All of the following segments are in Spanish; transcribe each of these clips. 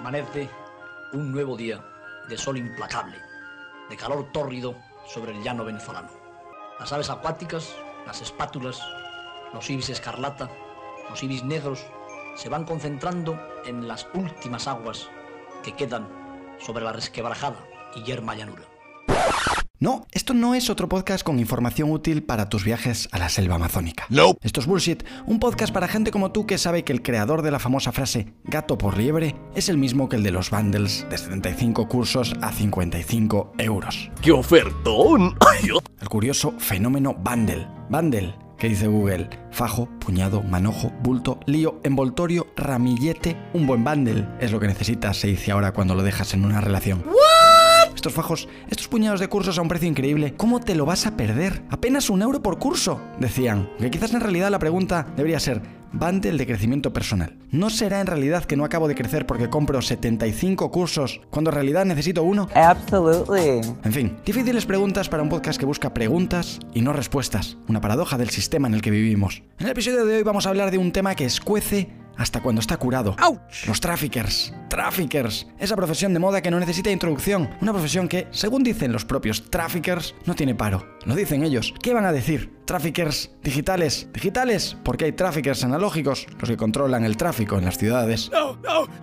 Amanece un nuevo día de sol implacable, de calor tórrido sobre el llano venezolano. Las aves acuáticas, las espátulas, los ibis escarlata, los ibis negros se van concentrando en las últimas aguas que quedan sobre la resquebrajada y yerma llanura. No, esto no es otro podcast con información útil para tus viajes a la selva amazónica. No. Esto es Bullshit, un podcast para gente como tú que sabe que el creador de la famosa frase gato por liebre es el mismo que el de los bundles de 75 cursos a 55 euros. ¡Qué ofertón! El curioso fenómeno bundle. Bundle, ¿qué dice Google? Fajo, puñado, manojo, bulto, lío, envoltorio, ramillete. Un buen bundle es lo que necesitas, se dice ahora cuando lo dejas en una relación. Estos fajos, estos puñados de cursos a un precio increíble, ¿cómo te lo vas a perder? Apenas €1 por curso, decían. Que quizás en realidad la pregunta debería ser, bundle de crecimiento personal. ¿No será en realidad que no acabo de crecer porque compro 75 cursos cuando en realidad necesito uno? Absolutely. En fin, difíciles preguntas para un podcast que busca preguntas y no respuestas. Una paradoja del sistema en el que vivimos. En el episodio de hoy vamos a hablar de un tema que escuece hasta cuando está curado. ¡Auch! Los traffickers. Traffickers. Esa profesión de moda que no necesita introducción. Una profesión que, según dicen los propios traffickers, no tiene paro. Lo dicen ellos. ¿Qué van a decir? Traffickers digitales. ¿Digitales? Porque hay traffickers analógicos, los que controlan el tráfico en las ciudades. ¡No!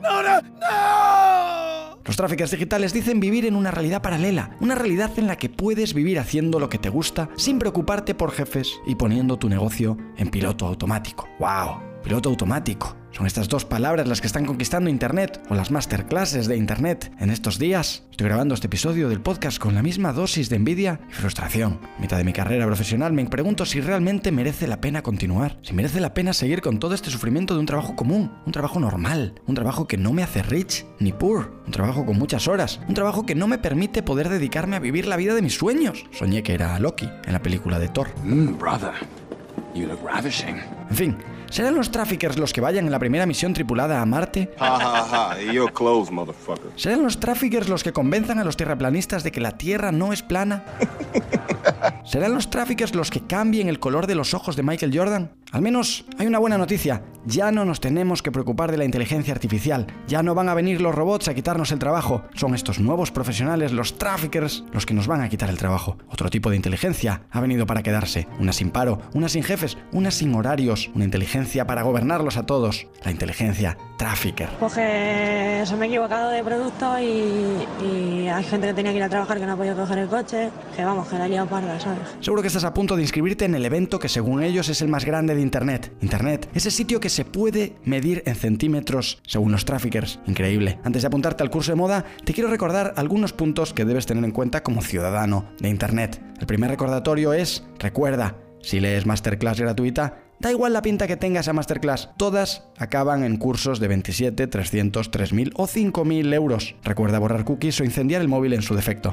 Los traffickers digitales dicen vivir en una realidad paralela, una realidad en la que puedes vivir haciendo lo que te gusta sin preocuparte por jefes y poniendo tu negocio en piloto automático. ¡Wow! Piloto automático. Son estas dos palabras las que están conquistando Internet, o las masterclasses de Internet en estos días. Estoy grabando este episodio del podcast con la misma dosis de envidia y frustración. A mitad de mi carrera profesional me pregunto si realmente merece la pena continuar, si merece la pena seguir con todo este sufrimiento de un trabajo común, un trabajo normal, un trabajo que no me hace rich ni poor, un trabajo con muchas horas, un trabajo que no me permite poder dedicarme a vivir la vida de mis sueños. Soñé que era Loki en la película de Thor. Brother, you look ravishing. En fin, ¿serán los traffickers los que vayan en la primera misión tripulada a Marte? Ha ha ha, you're closed, motherfucker. ¿Serán los traffickers los que convenzan a los tierraplanistas de que la Tierra no es plana? ¿Serán los traffickers los que cambien el color de los ojos de Michael Jordan? Al menos hay una buena noticia. Ya no nos tenemos que preocupar de la inteligencia artificial. Ya no van a venir los robots a quitarnos el trabajo. Son estos nuevos profesionales, los traffickers, los que nos van a quitar el trabajo. Otro tipo de inteligencia ha venido para quedarse. Una sin paro, una sin jefes, una sin horarios. Una inteligencia para gobernarlos a todos. La inteligencia trafficker. Pues que se me he equivocado de producto y hay gente que tenía que ir a trabajar que no ha podido coger el coche. Que vamos, que la he liado parda, ¿sabes? Seguro que estás a punto de inscribirte en el evento que según ellos es el más grande de Internet. Internet, ese sitio que se puede medir en centímetros según los traffickers. Increíble. Antes de apuntarte al curso de moda, te quiero recordar algunos puntos que debes tener en cuenta como ciudadano de Internet. El primer recordatorio es, recuerda, si lees masterclass gratuita, da igual la pinta que tenga esa masterclass, todas acaban en cursos de 27, 300, 3.000 o 5.000 euros. Recuerda borrar cookies o incendiar el móvil en su defecto.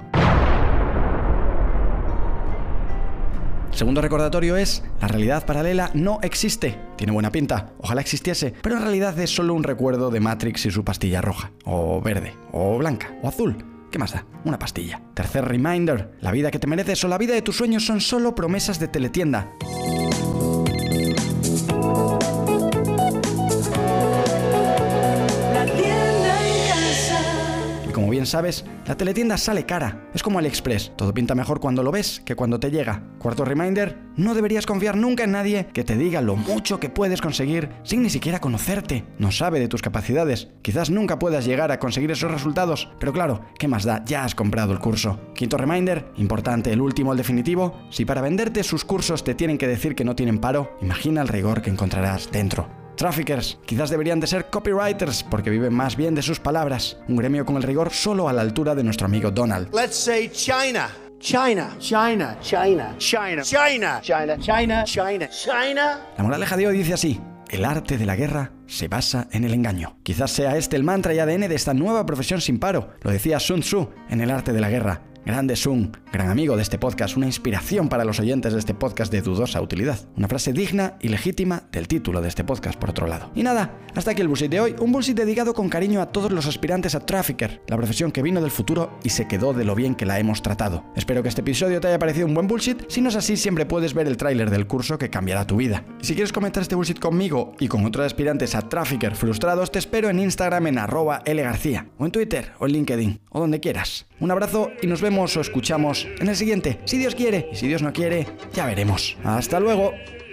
Segundo recordatorio es, la realidad paralela no existe. Tiene buena pinta, ojalá existiese, pero en realidad es solo un recuerdo de Matrix y su pastilla roja, o verde, o blanca, o azul. ¿Qué más da? Una pastilla. Tercer reminder, la vida que te mereces o la vida de tus sueños son solo promesas de teletienda. Como bien sabes, la teletienda sale cara. Es como AliExpress. Todo pinta mejor cuando lo ves que cuando te llega. Cuarto reminder, no deberías confiar nunca en nadie que te diga lo mucho que puedes conseguir sin ni siquiera conocerte. No sabe de tus capacidades. Quizás nunca puedas llegar a conseguir esos resultados, pero claro, ¿qué más da? Ya has comprado el curso. Quinto reminder, importante, el último, el definitivo. Si para venderte sus cursos te tienen que decir que no tienen paro, imagina el rigor que encontrarás dentro. Traffickers, quizás deberían de ser copywriters porque viven más bien de sus palabras. Un gremio con el rigor solo a la altura de nuestro amigo Donald. Let's say China. China. China. China. China. China. China. China. China. China. La moraleja de hoy dice así: el arte de la guerra se basa en el engaño. Quizás sea este el mantra y ADN de esta nueva profesión sin paro. Lo decía Sun Tzu en El arte de la guerra. Grande Sun, gran amigo de este podcast, una inspiración para los oyentes de este podcast de dudosa utilidad. Una frase digna y legítima del título de este podcast, por otro lado. Y nada, hasta aquí el bullshit de hoy, un bullshit dedicado con cariño a todos los aspirantes a trafficker, la profesión que vino del futuro y se quedó de lo bien que la hemos tratado. Espero que este episodio te haya parecido un buen bullshit, si no es así siempre puedes ver el tráiler del curso que cambiará tu vida. Y si quieres comentar este bullshit conmigo y con otros aspirantes a trafficker frustrados, te espero en Instagram en @lgarcía, o en Twitter, o en LinkedIn, o donde quieras. Un abrazo y nos vemos o escuchamos en el siguiente, si Dios quiere, y si Dios no quiere, ya veremos. ¡Hasta luego!